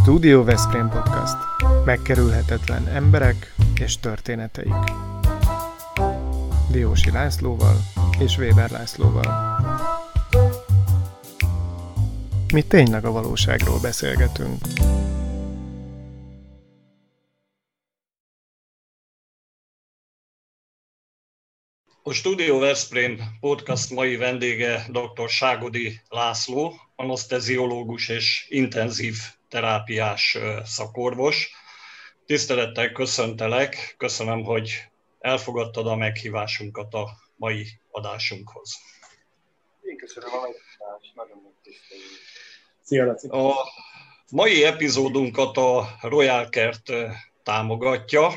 Studio Veszprém Podcast. Megkerülhetetlen emberek és történeteik. Diósi Lászlóval és Weber Lászlóval. Mi tényleg a valóságról beszélgetünk. A Studio Veszprém Podcast mai vendége dr. Ságodi László, aneszteziológus és intenzív terápiás szakorvos. Tisztelettel köszöntelek, köszönöm, hogy elfogadtad a meghívásunkat a mai adásunkhoz. Én köszönöm a meghívást, nagyon megtisztelő. Szia, Laci! A mai epizódunkat a Royal Kert támogatja.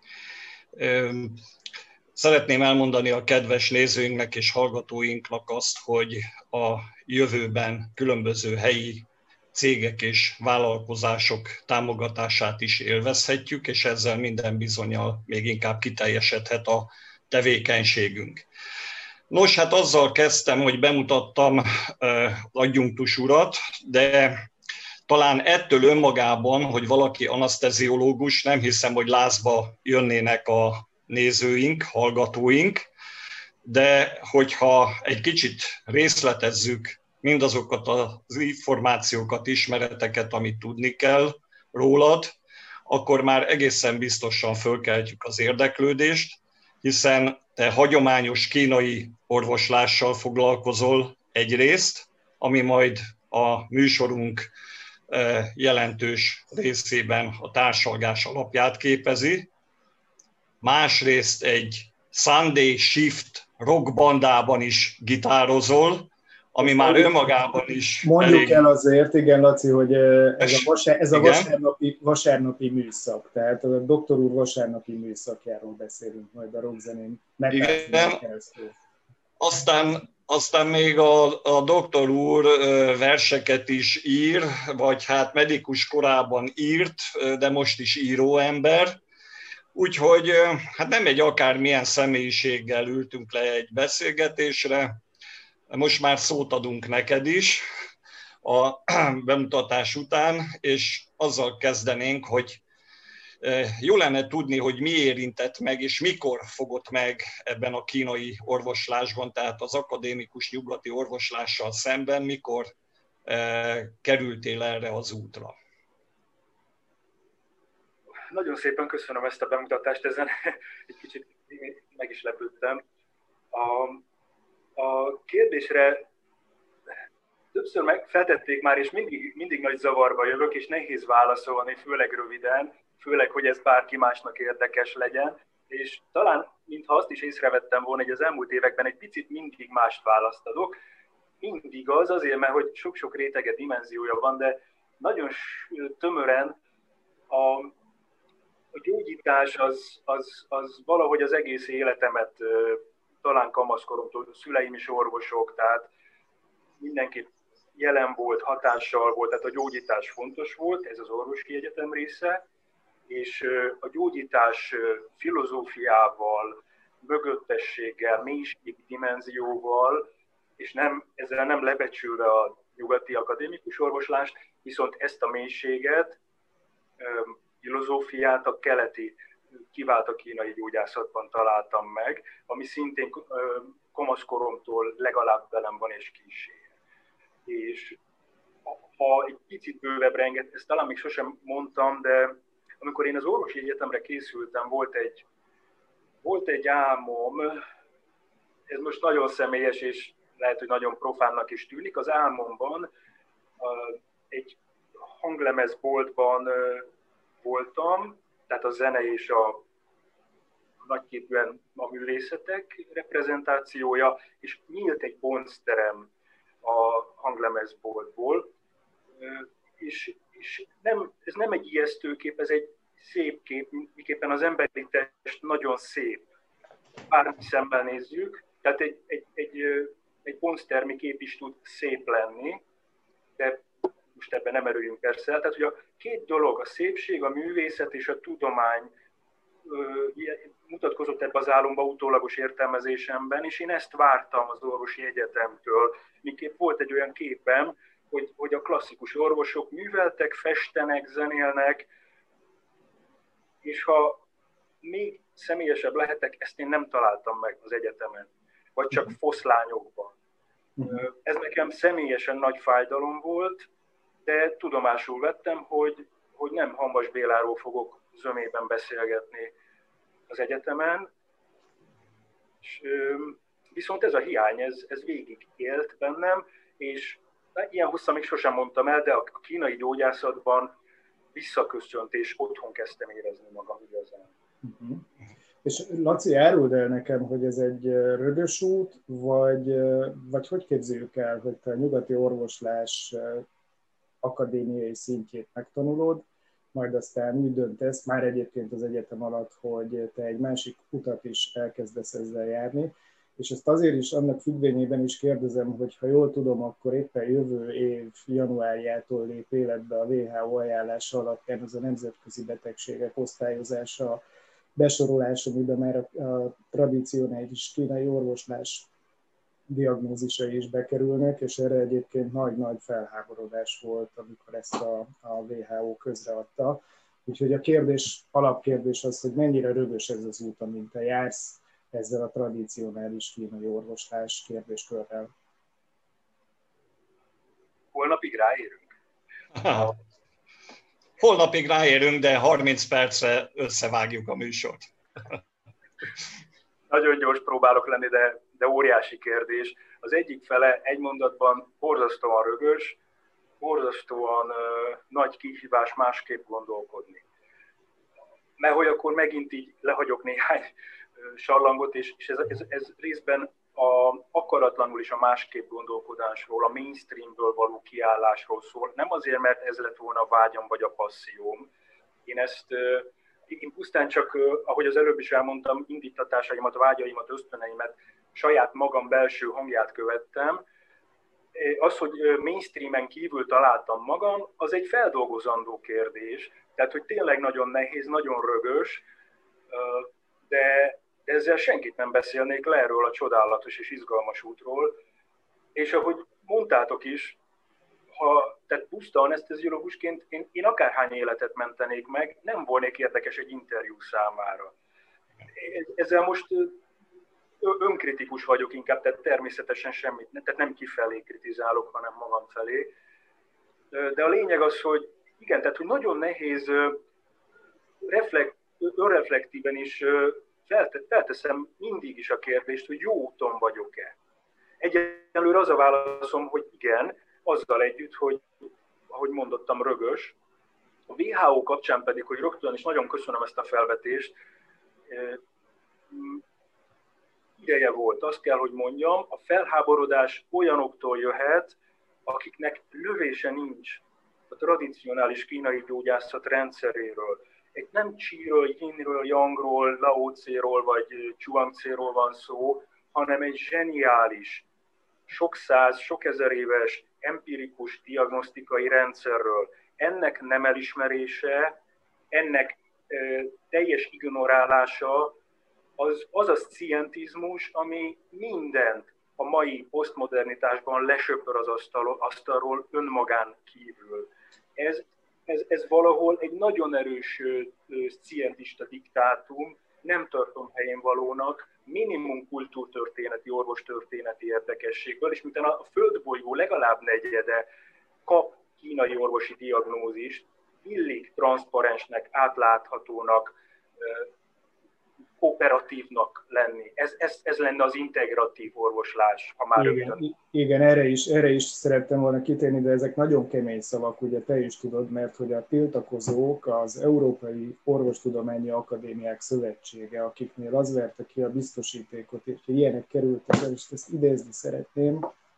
Szeretném elmondani a kedves nézőinknek és hallgatóinknak azt, hogy a jövőben különböző helyi cégek és vállalkozások támogatását is élvezhetjük, és ezzel minden bizonnyal még inkább kiteljesedhet a tevékenységünk. Nos, hát azzal kezdtem, hogy bemutattam az adjunktus urat, de talán ettől önmagában, hogy valaki aneszteziológus, nem hiszem, hogy lázba jönnének a nézőink, hallgatóink, de hogyha egy kicsit részletezzük mindazokat az információkat, ismereteket, amit tudni kell rólad, akkor már egészen biztosan fölkeltjük az érdeklődést, hiszen te hagyományos kínai orvoslással foglalkozol egyrészt, ami majd a műsorunk jelentős részében a társalgás alapját képezi. Másrészt egy Sunday Shift rockbandában is gitározol, ami már önmagában is mondjuk elég... el azért, igen, Laci, hogy ez a vasárnapi műszak, tehát a doktor úr vasárnapi műszakjáról beszélünk majd a rockzenén. Igen, aztán még a doktor úr verseket is ír, vagy hát medikus korában írt, de most is íróember. Úgyhogy hát nem egy akármilyen személyiséggel ültünk le egy beszélgetésre, most már szót adunk neked is a bemutatás után, és azzal kezdenénk, hogy jó lenne tudni, hogy mi érintett meg, és mikor fogott meg ebben a kínai orvoslásban, tehát az akadémikus nyugati orvoslással szemben, mikor kerültél erre az útra. Nagyon szépen köszönöm ezt a bemutatást, ezen egy kicsit meg is lepődtem. A kérdésre többször feltették már, és mindig nagy zavarba jövök, és nehéz válaszolni, főleg röviden, főleg, hogy ez bárki másnak érdekes legyen. És talán, mintha azt is észrevettem volna, hogy az elmúlt években egy picit mindig mást választadok. Mindig azért, mert hogy sok-sok rétege, dimenziója van, de nagyon tömören a gyógyítás az valahogy az egész életemet, talán kamaszkoromtól, szüleim is orvosok, tehát mindenki jelen volt, hatással volt, tehát a gyógyítás fontos volt, ez az orvosi egyetem része, és a gyógyítás filozófiával, mögöttességgel, mélységi dimenzióval, és ezzel nem lebecsülve a nyugati akadémikus orvoslást, viszont ezt a mélységet, filozófiát a keleti, kivált a kínai gyógyászatban találtam meg, ami szintén kamaszkoromtól legalább velem van és kísér. És ha egy picit bővebbre enged, ezt talán még sosem mondtam, de amikor én az orvosi egyetemre készültem, volt egy álmom, ez most nagyon személyes, és lehet, hogy nagyon profánnak is tűnik, az álmomban egy hanglemezboltban voltam, tehát a zene és a nagyképűen a művészetek reprezentációja, és nyílt egy boncterem a hanglemezboltból, és ez nem egy ijesztő kép, ez egy szép kép, miképpen az emberi test nagyon szép, bármi szemmel nézzük, tehát egy bonctermi kép is tud szép lenni, de most ebben nem erőjünk persze. Tehát, hogy a két dolog, a szépség, a művészet és a tudomány mutatkozott ebbe az álomba utólagos értelmezésemben, és én ezt vártam az orvosi egyetemtől. Miképp volt egy olyan képem, hogy a klasszikus orvosok műveltek, festenek, zenélnek, és ha még személyesebb lehetek, ezt én nem találtam meg az egyetemen, vagy csak foszlányokban. Ez nekem személyesen nagy fájdalom volt, de tudomásul vettem, hogy nem Hamvas Béláról fogok zömében beszélgetni az egyetemen, és viszont ez a hiány, ez végig élt bennem, és ilyen hosszan még sosem mondtam el, de a kínai gyógyászatban visszaköszönt, és otthon kezdtem érezni magam igazán. És Laci, áruld el nekem, hogy ez egy rögös út, vagy hogy képzeljük el, hogy te a nyugati orvoslás akadémiai szintjét megtanulod, majd aztán úgy döntesz, már egyébként az egyetem alatt, hogy te egy másik utat is elkezdesz ezzel járni, és ezt azért is annak függvényében is kérdezem, hogy ha jól tudom, akkor éppen jövő év januárjától lép életbe a WHO ajánlása alapján az a nemzetközi betegségek osztályozása, besorolása, amiben már a tradicionális kínai orvoslás diagnózisai is bekerülnek, és erre egyébként nagy-nagy felháborodás volt, amikor ezt a WHO közreadta. Úgyhogy a alapkérdés az, hogy mennyire rögös ez az út, amint te jársz ezzel a tradicionális kínai orvoslás kérdéskörrel. Holnapig ráérünk? Holnapig ráérünk, de 30 percre összevágjuk a műsort. Nagyon gyors próbálok lenni, de óriási kérdés. Az egyik fele egy mondatban borzasztóan rögös, borzasztóan nagy kihívás másképp gondolkodni. Mert hogy akkor megint így lehagyok néhány sallangot, és ez részben akaratlanul is a másképp gondolkodásról, a mainstreamből való kiállásról szól. Nem azért, mert ez lett volna a vágyam vagy a passzióm. Én pusztán csak, ahogy az előbb is elmondtam, indítatásaimat, vágyaimat, ösztöneimet, saját magam belső hangját követtem. Az, hogy mainstreamen kívül találtam magam, az egy feldolgozandó kérdés. Tehát, hogy tényleg nagyon nehéz, nagyon rögös, de ezzel senkit nem beszélnék le erről a csodálatos és izgalmas útról. És ahogy mondtátok is, tehát puszta aneszteziológusként én akárhány életet mentenék meg, nem volnék érdekes egy interjú számára. Ezzel most önkritikus vagyok inkább, tehát természetesen semmit, tehát nem kifelé kritizálok, hanem magam felé. De a lényeg az, hogy igen, tehát hogy nagyon nehéz önreflektíven is felteszem mindig is a kérdést, hogy jó úton vagyok-e. Egyelőre az a válaszom, hogy igen, azzal együtt, hogy ahogy mondottam, rögös. A WHO kapcsán pedig, hogy rögtön is nagyon köszönöm ezt a felvetést, ideje volt, azt kell, hogy mondjam, a felháborodás olyanoktól jöhet, akiknek lövése nincs a tradicionális kínai gyógyászat rendszeréről. Egy nem Qi-ről, Yin-ről, Yang-ról, Lao-Tse-ról vagy Chuang-Tse-ről van szó, hanem egy zseniális, sok száz, sok ezer éves empirikus diagnosztikai rendszerről. Ennek nem elismerése, ennek teljes ignorálása az a scientizmus, ami mindent a mai posztmodernitásban lesöpör az asztalról önmagán kívül. Ez valahol egy nagyon erős scientista diktátum, nem tartom helyén valónak, minimum kultúrtörténeti, orvostörténeti érdekességből, és miután a földbolygó legalább negyede kap kínai orvosi diagnózist, illik transzparensnek, átláthatónak, operatívnak lenni. Ez lenne az integratív orvoslás, ha már igen, erre is szerettem volna kitérni, de ezek nagyon kemény szavak, ugye te is tudod, mert hogy a tiltakozók az Európai Orvostudományi Akadémiák Szövetsége, akiknél az verte ki a biztosítékot, és ilyenek kerültek el, és ezt idézni szeretném,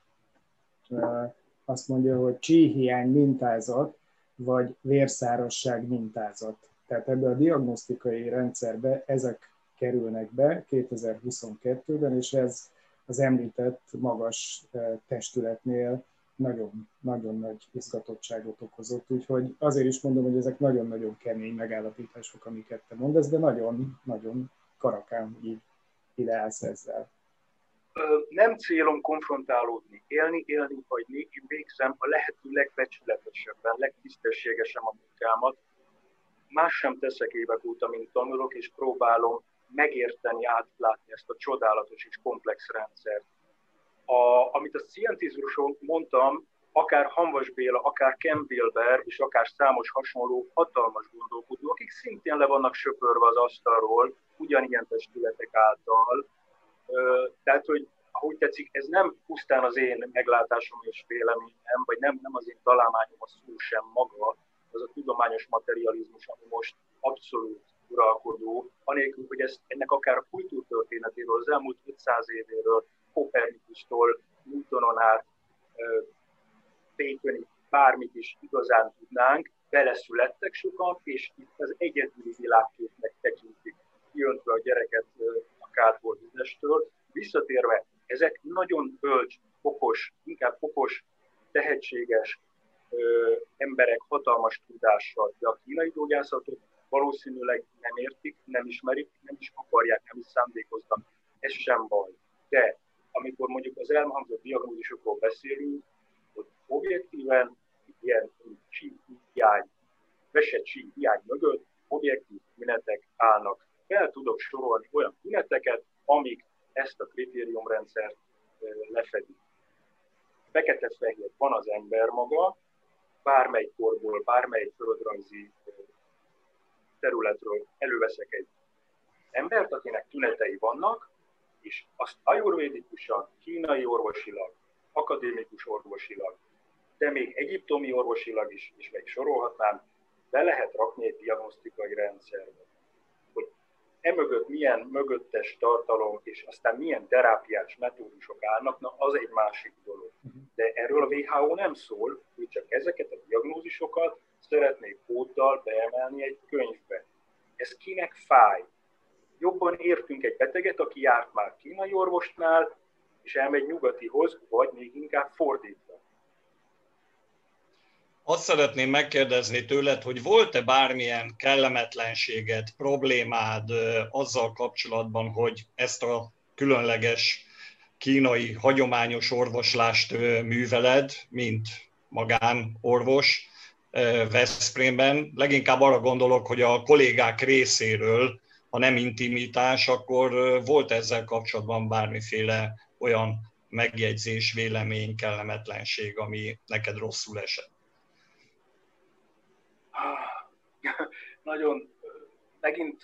azt mondja, hogy csíhiány mintázat, vagy vérszárasság mintázat. Tehát ebbe a diagnosztikai rendszerbe ezek kerülnek be 2022-ben, és ez az említett magas testületnél nagyon nagy izgatottságot okozott. Úgyhogy azért is mondom, hogy ezek nagyon-nagyon kemény megállapítások, amiket te mondasz, de nagyon karakán így ide állsz ezzel. Nem célom konfrontálódni, élni, hagyni. Én végzem a lehető legbecsületesebben, legtisztességesebb a munkámat. Más sem teszek évek óta, mint tanulok, és próbálom megérteni, átlátni ezt a csodálatos és komplex rendszert. Amit a scientizmusról mondtam, akár Hamvas Béla, akár Ken Wilber, és akár számos hasonló hatalmas gondolkodó, akik szintén le vannak söpörve az asztalról, ugyanilyen testületek által. Tehát, hogy ahogy tetszik, ez nem pusztán az én meglátásom és véleményem, vagy nem az én találmányom, a szó sem maga, az a tudományos materializmus, ami most abszolút uralkodó, anélkül, hogy ennek akár a kultúrtörténetéről, az elmúlt 500 évéről, Kopernikusztól, Newtonon át, Baconig, bármit is igazán tudnánk, beleszülettek sokan, és itt az egyedüli világképnek tekintik, kijöntve a gyereket a kárból vizestől. Visszatérve, ezek nagyon bölcs, okos, inkább okos, tehetséges emberek hatalmas tudással, de a kínai gyógyászatot valószínűleg nem értik, nem ismerik, nem is akarják, nem is szándékoznak. Ez sem baj. De amikor mondjuk az elhangzott diagnózisokról beszélünk, hogy objektíven ilyen csíhiány, vesett csíhiány mögött objektív tünetek állnak. Fel tudok sorolni olyan tüneteket, amik ezt a kritériumrendszert lefedik. Fekete-fehér van az ember maga, bármely korból, bármely földrajzi területről előveszek egy embert, akinek tünetei vannak, és azt ajurvédikusan, kínai orvosilag, akadémikus orvosilag, de még egyiptomi orvosilag is, és meg sorolhatnám, be lehet rakni egy diagnosztikai rendszerbe. Hogy emögött milyen mögöttes tartalom, és aztán milyen terápiás metódusok állnak, na az egy másik dolog. De erről a WHO nem szól, hogy csak ezeket a diagnózisokat szeretnék kóddal beemelni egy könyvbe. Ez kinek fáj? Jobban értünk egy beteget, aki járt már kínai orvosnál, és elmegy nyugatihoz, vagy még inkább fordítva. Azt szeretném megkérdezni tőled, hogy volt-e bármilyen kellemetlenséged, problémád azzal kapcsolatban, hogy ezt a különleges kínai hagyományos orvoslást műveled, mint magánorvos Veszprémben. Leginkább arra gondolok, hogy a kollégák részéről, ha nem intimitás, akkor volt ezzel kapcsolatban bármiféle olyan megjegyzés, vélemény, kellemetlenség, ami neked rosszul esett? Nagyon, megint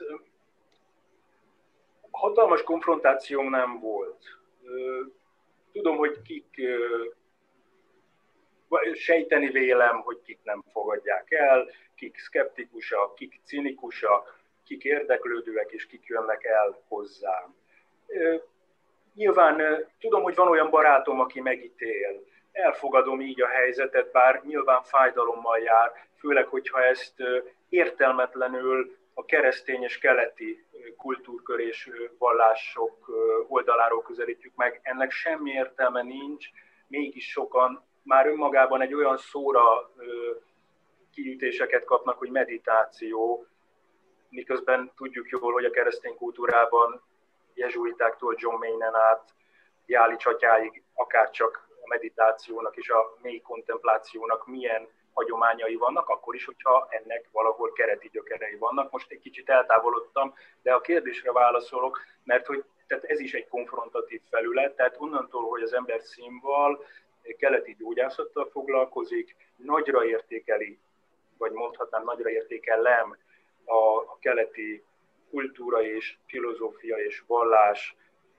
hatalmas konfrontációm nem volt. Tudom, hogy kik, sejteni vélem, hogy kik nem fogadják el, kik szkeptikusak, kik cinikusak, kik érdeklődőek, és kik jönnek el hozzám. Nyilván tudom, hogy van olyan barátom, aki megítél. Elfogadom így a helyzetet, bár nyilván fájdalommal jár, főleg, hogyha ezt értelmetlenül a keresztény és keleti kultúrkör és vallások oldaláról közelítjük meg. Ennek semmi értelme nincs, mégis sokan már önmagában egy olyan szóra kiütéseket kapnak, hogy meditáció, miközben tudjuk jól, hogy a keresztény kultúrában jezsuitáktól John Maynen át Jálics atyáig akárcsak a meditációnak és a mély kontemplációnak milyen hagyományai vannak, akkor is, hogyha ennek valahol kereti gyökerei vannak. Most egy kicsit eltávolodtam, de a kérdésre válaszolok, mert hogy tehát ez is egy konfrontatív felület, tehát onnantól, hogy az ember színval, keleti gyógyászattal foglalkozik, nagyra értékeli, vagy mondhatnám nagyra értékelem a keleti kultúra és filozófia és vallás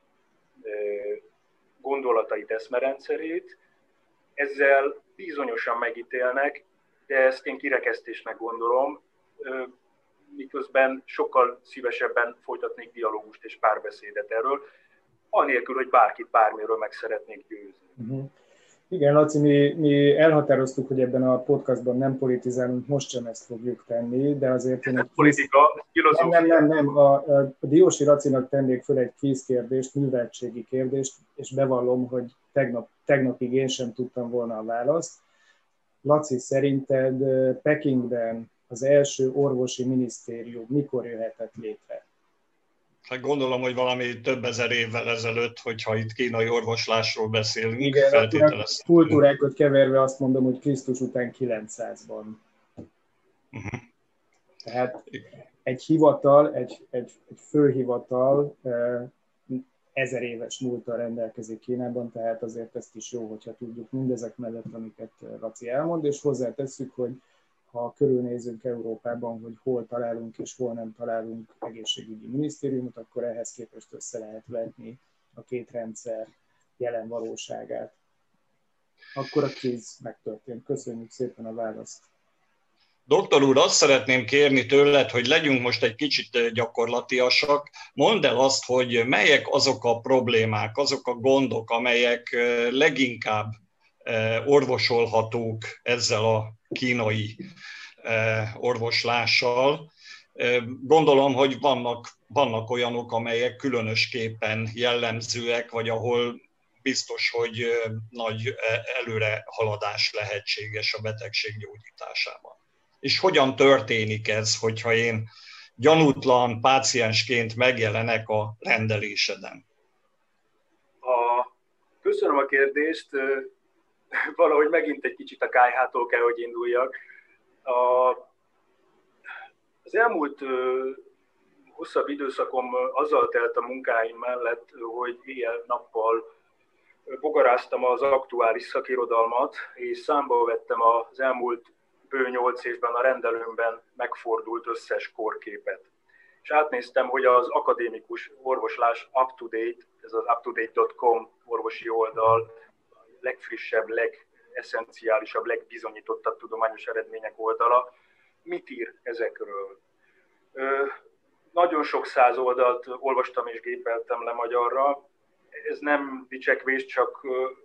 gondolatait, eszmerendszerét. Ezzel bizonyosan megítélnek, de ezt én kirekesztésnek gondolom, miközben sokkal szívesebben folytatnék dialógust és párbeszédet erről, anélkül, hogy bárkit bármiről meg szeretnék győzni. Igen, Laci, mi elhatároztuk, hogy ebben a podcastban nem politizálunk, most sem ezt fogjuk tenni, de azért én egy politika, filozófia. Nem. A Diósi Lacinak tennék föl egy kvízkérdést, műveltségi kérdést, és bevallom, hogy tegnapig én sem tudtam volna a választ. Laci, szerinted Pekingben az első orvosi minisztérium mikor jöhetett létre? Hát gondolom, hogy valami több ezer évvel ezelőtt, hogyha itt kínai orvoslásról beszélünk, igen, feltételezhető. kultúrákat keverve azt mondom, hogy Krisztus után 900-ban. Uh-huh. Tehát egy hivatal, egy főhivatal 1000 éves múlttal rendelkezik Kínában, tehát azért ezt is jó, hogyha tudjuk mindezek mellett, amiket Laci elmond, és hozzátesszük, hogy ha körülnézünk Európában, hogy hol találunk és hol nem találunk egészségügyi minisztériumot, akkor ehhez képest össze lehet vetni a két rendszer jelen valóságát. Akkor a kvíz megtörtént. Köszönjük szépen a választ. Doktor úr, azt szeretném kérni tőled, hogy legyünk most egy kicsit gyakorlatiasak. Mondd el azt, hogy melyek azok a problémák, azok a gondok, amelyek leginkább orvosolhatók ezzel a kínai orvoslással. Gondolom, hogy vannak olyanok, amelyek különösképpen jellemzőek, vagy ahol biztos, hogy nagy előrehaladás lehetséges a betegség gyógyításában. És hogyan történik ez, hogyha én gyanútlan páciensként megjelenek a rendeléseden? Köszönöm a kérdést. Valahogy megint egy kicsit a kályhától kell, hogy induljak. Az elmúlt hosszabb időszakom azzal telt a munkáim mellett, hogy éjjel-nappal bogaráztam az aktuális szakirodalmat, és számba vettem az elmúlt bő 8 évben a rendelőmben megfordult összes kórképet. És átnéztem, hogy az akadémikus orvoslás up-to-date, ez az uptodate.com orvosi oldal, legfrissebb, legesszenciálisabb, legbizonyítottabb tudományos eredmények oldala, mit ír ezekről? Nagyon sok száz oldalt olvastam és gépeltem le magyarra. Ez nem dicsekvés, csak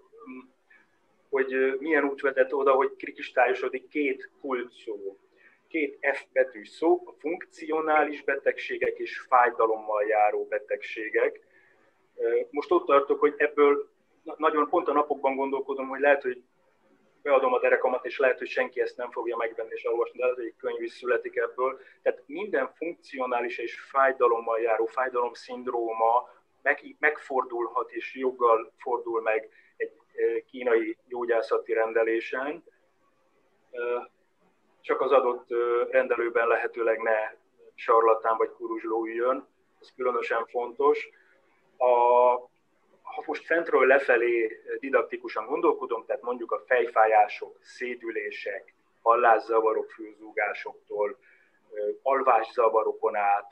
hogy milyen út vetett oda, hogy kristályosodik két kulcsszó, két F betűs szó, a funkcionális betegségek és fájdalommal járó betegségek. Most ott tartok, hogy ebből nagyon pont a napokban gondolkodom, hogy lehet, hogy beadom a derekamat, és lehet, hogy senki ezt nem fogja megvenni és olvasni, de lehet, hogy egy könyv is születik ebből. Tehát minden funkcionális és fájdalommal járó fájdalomszindróma megfordulhat, és joggal fordul meg egy kínai gyógyászati rendelésen. Csak az adott rendelőben lehetőleg ne sarlatán vagy kuruzsló üljön, ez különösen fontos. Ha most fentről lefelé didaktikusan gondolkodom, tehát mondjuk a fejfájások, szédülések, hallászavarok, fülzúgásoktól, alvászavarokon át,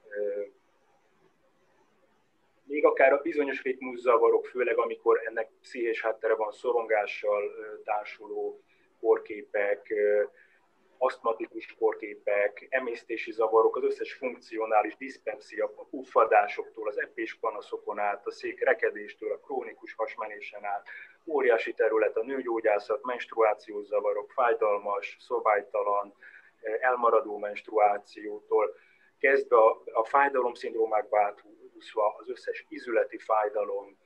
még akár a bizonyos ritmuszavarok, főleg amikor ennek pszichés háttere van, szorongással társuló kórképek, asztmatikus kórképek, emésztési zavarok, az összes funkcionális diszpepszia, a puffadásoktól, az epés panaszokon át, a székrekedéstől, a krónikus hasmenésen át, óriási terület a nőgyógyászat, menstruációs zavarok, fájdalmas, szobálytalan, elmaradó menstruációtól, kezdve a fájdalomszindrómákba áthúzva az összes izületi fájdalom,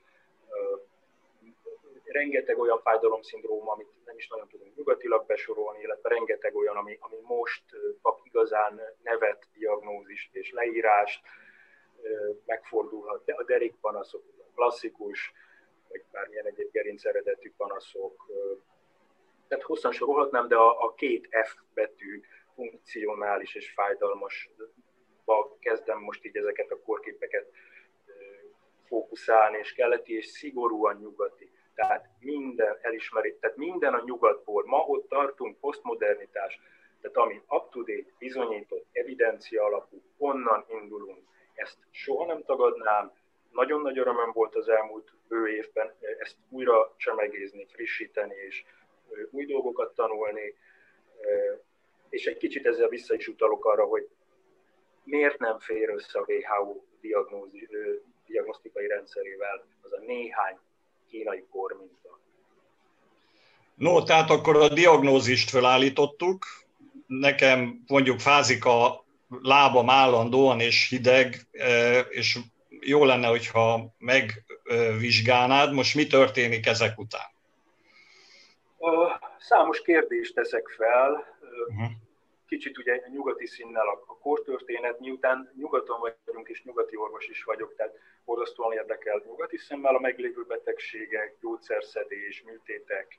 rengeteg olyan fájdalomszindróma, amit nem is nagyon tudunk nyugatilag besorolni, illetve rengeteg olyan, ami most kap igazán nevet, diagnózist és leírást, megfordulhat. A derékpanaszok, a klasszikus, vagy bármilyen egyéb gerinc eredetű panaszok. Tehát hosszan sorolhatnám, de a két F betű, funkcionális és fájdalmasba kezdem most így ezeket a kórképeket fókuszálni, és keleti és szigorúan nyugati. Tehát minden elismerés, tehát minden a nyugatból. Ma ott tartunk, posztmodernitás, tehát ami up-to-date, bizonyított, evidencia alapú, onnan indulunk. Ezt soha nem tagadnám, nagyon nagy örömöm volt az elmúlt bő évben ezt újra csemegézni, frissíteni és új dolgokat tanulni, és egy kicsit ezzel vissza is utalok arra, hogy miért nem fér össze a WHO diagnosztikai rendszerével az a néhány kínai kórminta. No, tehát akkor a diagnózist felállítottuk. Nekem mondjuk fázik a lábam állandóan és hideg, és jó lenne, hogyha megvizsgálnád. Most mi történik ezek után? Számos kérdést teszek fel. kicsit ugye nyugati színnel a kortörténet, miután nyugaton vagyunk és nyugati orvos is vagyok, tehát borzasztóan érdekel nyugati szemmel a meglévő betegségek, gyógyszerszedés, műtétek,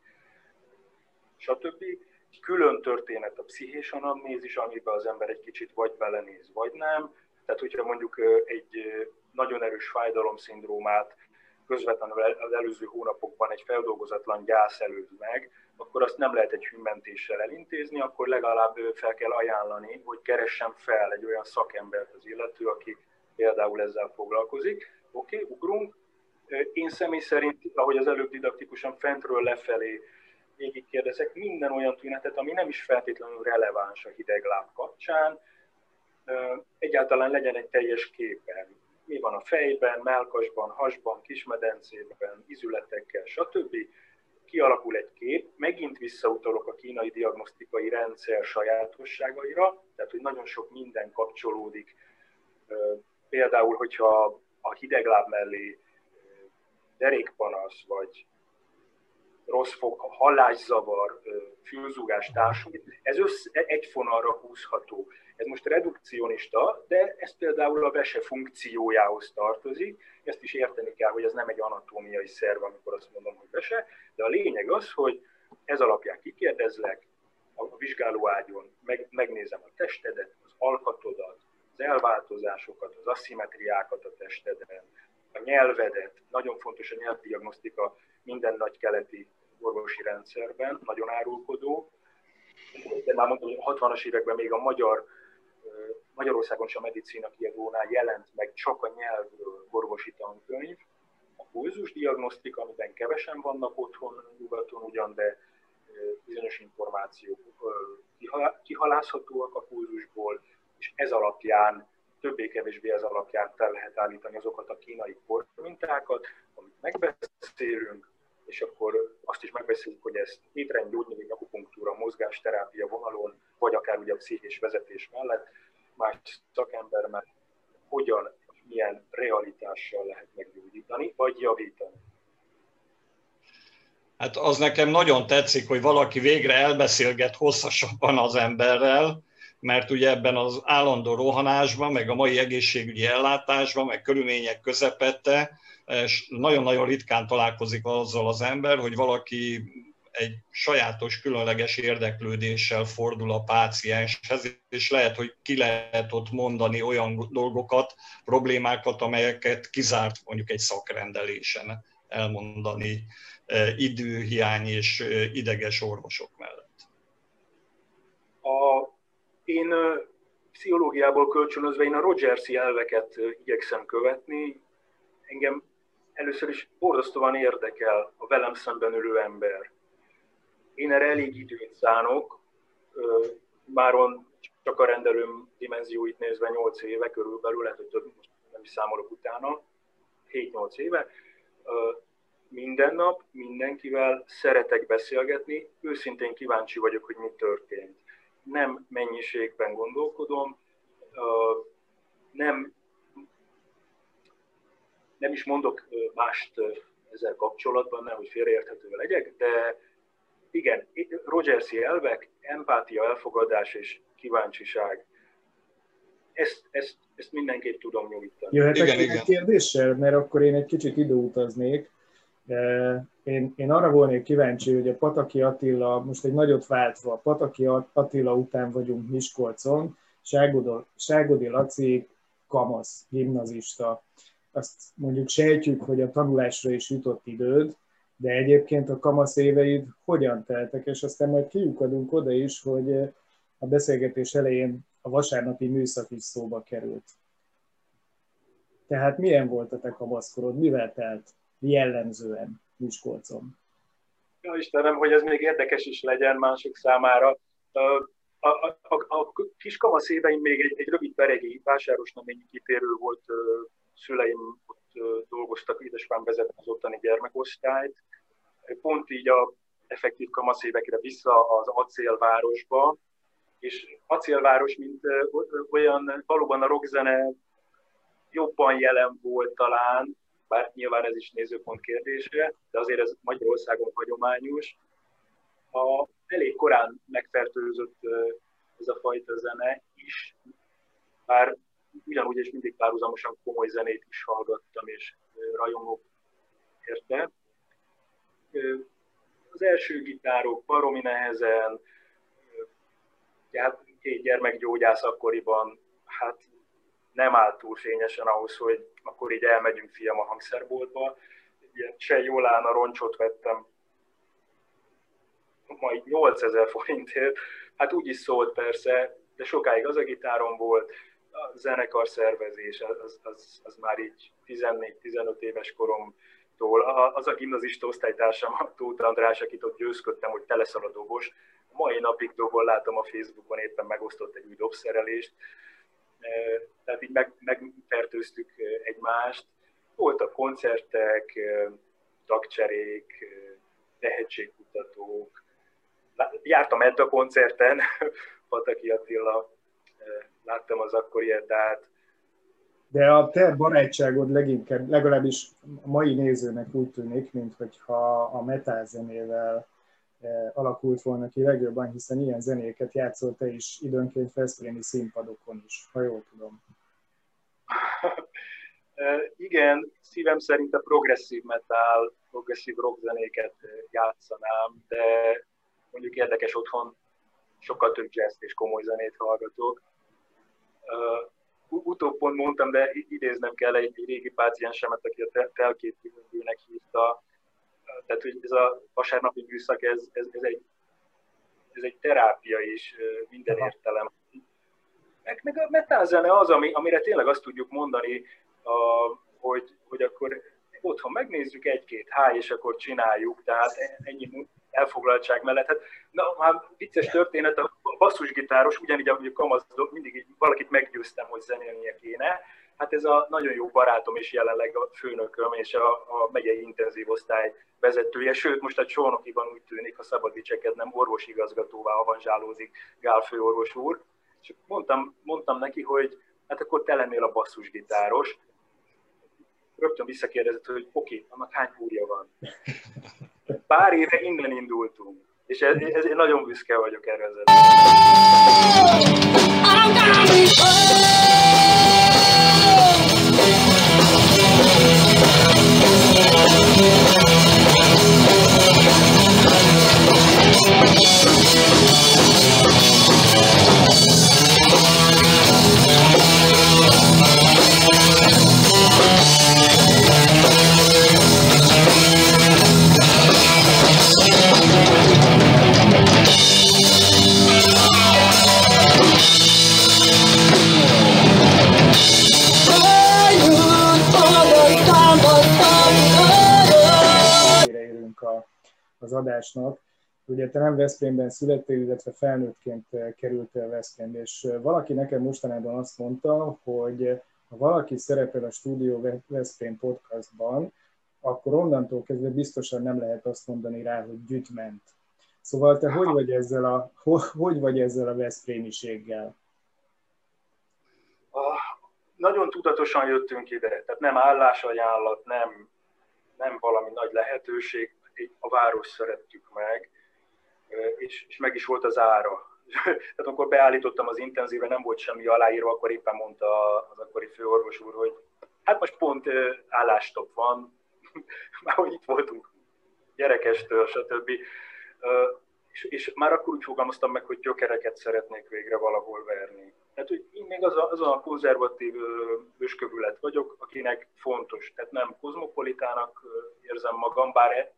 stb. Külön történet a pszichés anamnézis, amiben az ember egy kicsit vagy belenéz, vagy nem. Tehát, hogyha mondjuk egy nagyon erős fájdalomszindrómát közvetlenül az előző hónapokban egy feldolgozatlan gyász előtt meg, akkor azt nem lehet egy hűmentéssel elintézni, akkor legalább fel kell ajánlani, hogy keressen fel egy olyan szakembert az illető, aki például ezzel foglalkozik. Oké, ugrunk. Én személy szerint, ahogy az előbb didaktikusan fentről lefelé végigkérdezek minden olyan tünetet, ami nem is feltétlenül releváns a hidegláb kapcsán, egyáltalán legyen egy teljes képen. Mi van a fejben, mellkasban, hasban, kismedencében, izületekkel, stb. Kialakul egy kép, megint visszautalok a kínai diagnosztikai rendszer sajátosságaira, tehát hogy nagyon sok minden kapcsolódik. Például, hogyha a hidegláb mellé derékpanasz, vagy rossz fog, hallászavar, fülzúgás társul, ez egy fonalra húzható. Ez most redukcionista, de ez például a vese funkciójához tartozik. Ezt is érteni kell, hogy ez nem egy anatómiai szerv, amikor azt mondom, hogy vese, de a lényeg az, hogy ez alapján kikérdezlek a vizsgálóágyon, megnézem a testedet, az alkatodat, az elváltozásokat, az aszimmetriákat a testeden, a nyelvedet, nagyon fontos a nyelvdiagnosztika minden nagy keleti orvosi rendszerben, nagyon árulkodó. De már mondtam, hogy a 60-as években még a Magyarországon sem a medicina kiadónál jelent meg csak a nyelvről orvosi tankönyv, a pulzusdiagnosztika, amiben kevesen vannak otthon, nyugaton ugyan, de bizonyos információk kihalászhatóak a pulzusból, és ez alapján, többé-kevésbé ez alapján fel lehet állítani azokat a kínai kormintákat, amit megbeszélünk, és akkor azt is megbeszéljük, hogy ez étrendy, gyógynövény, akupunktúra, mozgásterápia vonalon, vagy akár ugye a pszichés vezetés mellett más szakember már hogyan, milyen realitással lehet meggyógyítani, vagy javítani. Hát az nekem nagyon tetszik, hogy valaki végre elbeszélget hosszasabban az emberrel, mert ugye ebben az állandó rohanásban, meg a mai egészségügyi ellátásban, meg körülmények közepette, és nagyon-nagyon ritkán találkozik azzal az ember, hogy valaki egy sajátos, különleges érdeklődéssel fordul a pácienshez, és lehet, hogy ki lehet ott mondani olyan dolgokat, problémákat, amelyeket kizárt mondjuk egy szakrendelésen elmondani időhiány és ideges orvosok mellett. Én pszichológiából kölcsönözve én a Rogers-i elveket igyekszem követni. Engem először is borzasztóan érdekel a velem szemben ülő ember. Én erre elég időt szánok, máron csak a rendelőm dimenzióit nézve 8 éve körülbelül, lehet, hogy több, nem is számolok utána, 7-8 éve. Minden nap mindenkivel szeretek beszélgetni, őszintén kíváncsi vagyok, hogy mi történt. Nem mennyiségben gondolkodom, nem is mondok mást ezzel kapcsolatban, nehogy félreérthető legyek, de igen, Rogers-i elvek, empátia, elfogadás és kíváncsiság. Ezt mindenképp tudom nyújtani. Jöhetek egy kérdéssel, mert akkor én egy kicsit időutaznék. Én arra volnék kíváncsi, hogy a Pataki Attila, most egy nagyot váltva, Pataki Attila után vagyunk Miskolcon, Ságodi Laci kamasz, gimnazista. Azt mondjuk sejtjük, hogy a tanulásra is jutott időd, de egyébként a kamasz éveid hogyan teltek, és aztán majd kiukadunk oda is, hogy a beszélgetés elején a vasárnapi műszak is szóba került. Tehát milyen volt a te kamaszkorod, mivel telt jellemzően Miskolcon? Ja, Istenem, hogy ez még érdekes is legyen mások számára. A kis kamasz éveim még egy rövid peregi vásárosnaményi kitérő volt, szüleim ott dolgoztak, édesapám vezette az ottani gyermekosztályt. Pont így a effektív kamasz évekre vissza az acélvárosba, és acélváros, mint olyan, valóban a rockzene jobban jelen volt talán, bár nyilván ez is nézőpont kérdése, de azért ez Magyarországon hagyományos. A elég korán megfertőzött ez a fajta zene is, bár ugyanúgy és mindig párhuzamosan komoly zenét is hallgattam, és rajongok érte. Az első gitárok baromi nehezen, hát 2 gyermekgyógyász akkoriban, hát nem állt túl fényesen ahhoz, hogy akkor így elmegyünk fiam a hangszerboltba. Ilyen se jól állna roncsot vettem, majd 8000 forintért, hát úgy is szólt persze, de sokáig az a gitárom volt, a zenekar szervezés, az már így 14-15 éves koromtól. Az a gimnazista osztálytársam, a Tóth András, akit ott győzködtem, hogy te leszel a dobos, a mai napig dobol, látom a Facebookon, éppen megosztott egy új dobszerelést, tehát így megfertőztük egymást. Voltak koncertek, tagcserék, tehetségkutatók. Jártam Edda koncerten, Pataki Attila, láttam az akkori Eddát. De a te barátságod leginkább, legalábbis a mai nézőnek úgy tűnik, mintha a metal zenével alakult volna ki legjobban, hiszen ilyen zenéket játszol te is időnként veszprémi színpadokon is, ha jól tudom. Igen, szívem szerint a progresszív metal, progresszív rock zenéket játszanám, de mondjuk érdekes, otthon sokkal több jazz és komoly zenét hallgatok. Utóbb pont mondtam, de idéznem kell egy régi páciensemet, aki a telképülőnek hívta. Tehát, hogy ez a vasárnapi műszak, ez egy terápia is minden értelem. Meg a metal zene az, amire tényleg azt tudjuk mondani, hogy akkor otthon megnézzük 1-2 háj, és akkor csináljuk, tehát ennyi elfoglaltság mellett. Hát, na, már vicces történet, a basszusgitáros, ugyanígy, ahogy a kamasz, mindig így valakit meggyőztem, hogy zenélnie kéne. Hát ez a nagyon jó barátom és jelenleg a főnököm és a megyei intenzív osztály vezetője, sőt most a Csónokiban úgy tűnik, ha szabad dicsekednem, orvosigazgatóvá avanzsálózik Gál főorvos úr. És mondtam neki, hogy hát akkor te lennél a basszusgitáros. Rögtön visszakérdezett, hogy oké, annak hány húrja van. Pár éve innen indultunk, és én nagyon büszke vagyok erre az az adásnak. Ugye te nem Veszprémben születtél, illetve felnőttként kerültél Veszprémbe, és valaki nekem mostanában azt mondta, hogy ha valaki szerepel a Stúdió Veszprém podcastban, akkor onnantól kezdve biztosan nem lehet azt mondani rá, hogy gyütment. Szóval te hogy vagy ezzel a veszprémiséggel? Nagyon tudatosan jöttünk ide, tehát nem állásajánlat, nem valami nagy lehetőség, a város szerettük meg, és meg is volt az ára. Tehát amikor beállítottam az intenzíve, nem volt semmi aláírva, akkor éppen mondta az akkori főorvos úr, hogy hát most pont állástop van, már hogy itt voltunk gyerekestől, stb. És már akkor úgy fogalmaztam meg, hogy gyökereket szeretnék végre valahol verni. Tehát, hogy én még az a konzervatív őskövület vagyok, akinek fontos. Tehát nem kozmopolitának érzem magam, bár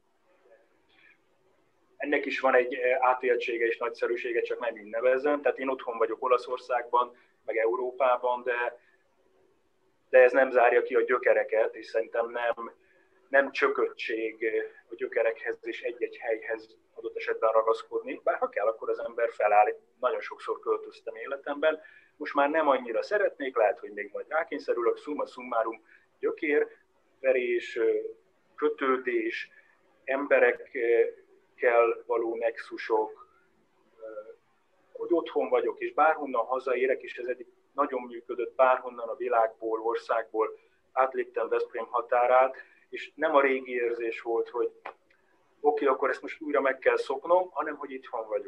ennek is van egy átéltsége és nagyszerűsége, csak nem így nevezem. Tehát én otthon vagyok Olaszországban, meg Európában, de ez nem zárja ki a gyökereket, és szerintem nem csököttség a gyökerekhez és egy-egy helyhez adott esetben ragaszkodni, bár ha kell, akkor az ember feláll. Nagyon sokszor költöztem életemben, most már nem annyira szeretnék, lehet, hogy még majd rákényszerülök, summa summarum, gyökérverés, kötődés, emberekkel való nexusok, hogy otthon vagyok, és bárhonnan hazaérek, és ez eddig nagyon működött, bárhonnan a világból, országból átléptem Veszprém határát, és nem a régi érzés volt, hogy oké, akkor ezt most újra meg kell szoknom, hanem hogy itthon vagyok.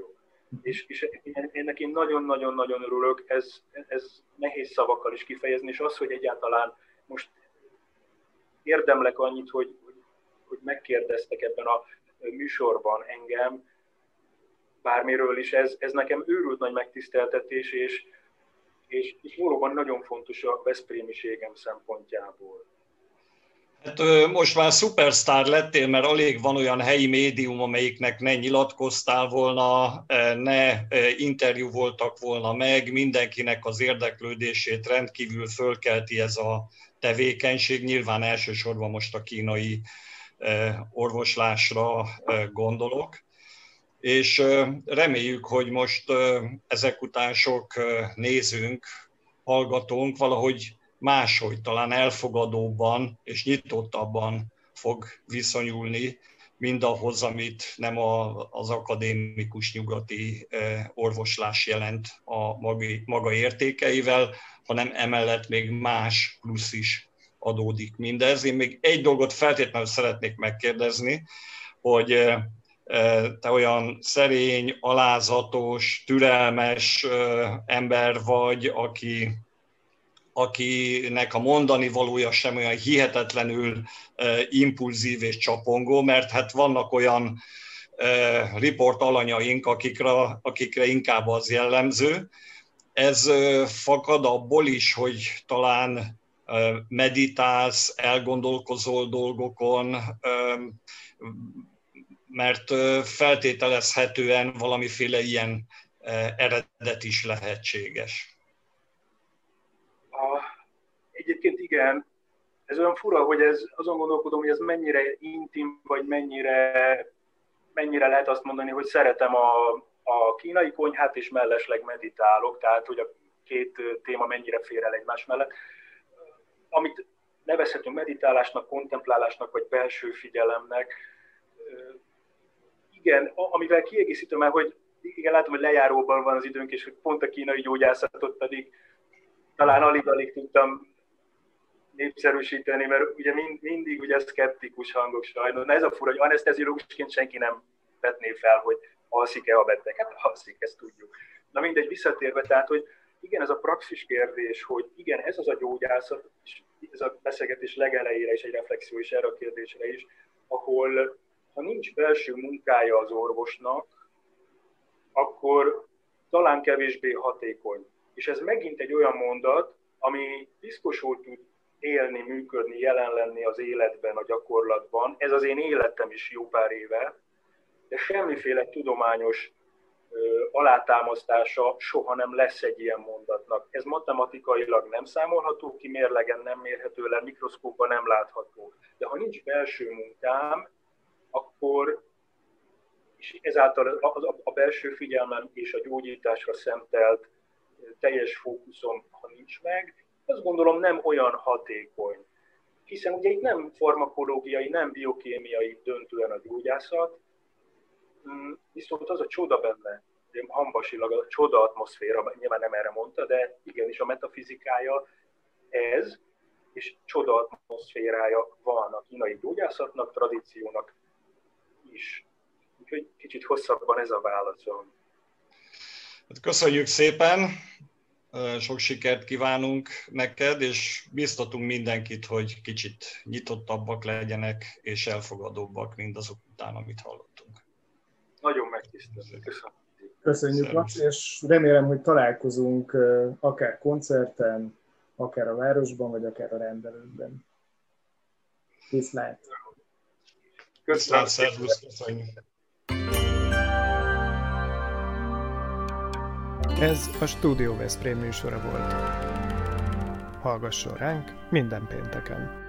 És ennek én nagyon-nagyon-nagyon örülök, ez nehéz szavakkal is kifejezni, és az, hogy egyáltalán most érdemlek annyit, hogy megkérdeztek ebben a műsorban engem, bármiről is, ez nekem őrült nagy megtiszteltetés, és valóban nagyon fontos a veszprémiségem szempontjából. Hát most már szupersztár lettél, mert alig van olyan helyi médium, amelyiknek ne nyilatkoztál volna, ne interjú voltak volna meg, mindenkinek az érdeklődését rendkívül fölkelti ez a tevékenység. Nyilván elsősorban most a kínai orvoslásra gondolok. És reméljük, hogy most ezek után sok nézőnk, hallgatónk valahogy máshogy, talán elfogadóbban és nyitottabban fog viszonyulni mindahhoz, amit nem az akadémikus nyugati orvoslás jelent a maga értékeivel, hanem emellett még más plusz is adódik mindez. Én még egy dolgot feltétlenül szeretnék megkérdezni, hogy te olyan szerény, alázatos, türelmes ember vagy, akinek a mondani valója sem olyan hihetetlenül impulzív és csapongó, mert hát vannak olyan riport alanyaink, akikre inkább az jellemző. Ez fakad abból is, hogy talán meditálsz, elgondolkozol dolgokon, mert feltételezhetően valamiféle ilyen eredet is lehetséges. Egyébként igen, ez olyan fura, hogy azon gondolkodom, hogy ez mennyire intim, vagy mennyire lehet azt mondani, hogy szeretem a kínai konyhát, és mellesleg meditálok, tehát hogy a két téma mennyire fér el egymás mellett. Amit nevezhetünk meditálásnak, kontemplálásnak, vagy belső figyelemnek, igen, amivel kiegészítem el, hogy igen, látom, hogy lejáróban van az időnk, és hogy pont a kínai gyógyászatot pedig talán alig-alig tudtam népszerűsíteni, mert ugye mindig ugye szkeptikus hangok sajnos. Na ez a fura, hogy aneszteziológusként senki nem vetné fel, hogy alszik-e a beteg. Hát alszik, ezt tudjuk. Na mindegy, visszatérve, tehát, hogy igen, ez a praxis kérdés, hogy igen, ez az a gyógyászat, és ez a beszélgetés legelejére is egy reflexió is erre a kérdésre is, ahol ha nincs belső munkája az orvosnak, akkor talán kevésbé hatékony. És ez megint egy olyan mondat, ami piszkosul tud élni, működni, jelen lenni az életben, a gyakorlatban. Ez az én életem is jó pár éve, de semmiféle tudományos alátámasztása soha nem lesz egy ilyen mondatnak. Ez matematikailag nem számolható ki, mérlegen nem mérhető le, mikroszkópban nem látható. De ha nincs belső munkám, akkor, és ezáltal a belső figyelmem és a gyógyításra szentelt teljes fókuszom, ha nincs meg, azt gondolom nem olyan hatékony. Hiszen ugye itt nem farmakológiai, nem biokémiai döntően a gyógyászat, viszont az a csoda benne, hambasilag a csoda atmoszféra, nyilván nem erre mondta, de igenis a metafizikája ez, és csoda atmoszférája van a kínai gyógyászatnak, tradíciónak is. Úgyhogy kicsit hosszabban ez a válaszom. Köszönjük szépen, sok sikert kívánunk neked, és biztatunk mindenkit, hogy kicsit nyitottabbak legyenek, és elfogadóbbak mindazok után, amit hallottunk. Nagyon megtisztelő. Köszönöm. Köszönjük, Laci, és remélem, hogy találkozunk akár koncerten, akár a városban, vagy akár a rendelőben. Viszlát! Köszönöm, szervusz, köszönjük! Ez a Studio Veszprém műsora volt. Hallgasson ránk minden pénteken!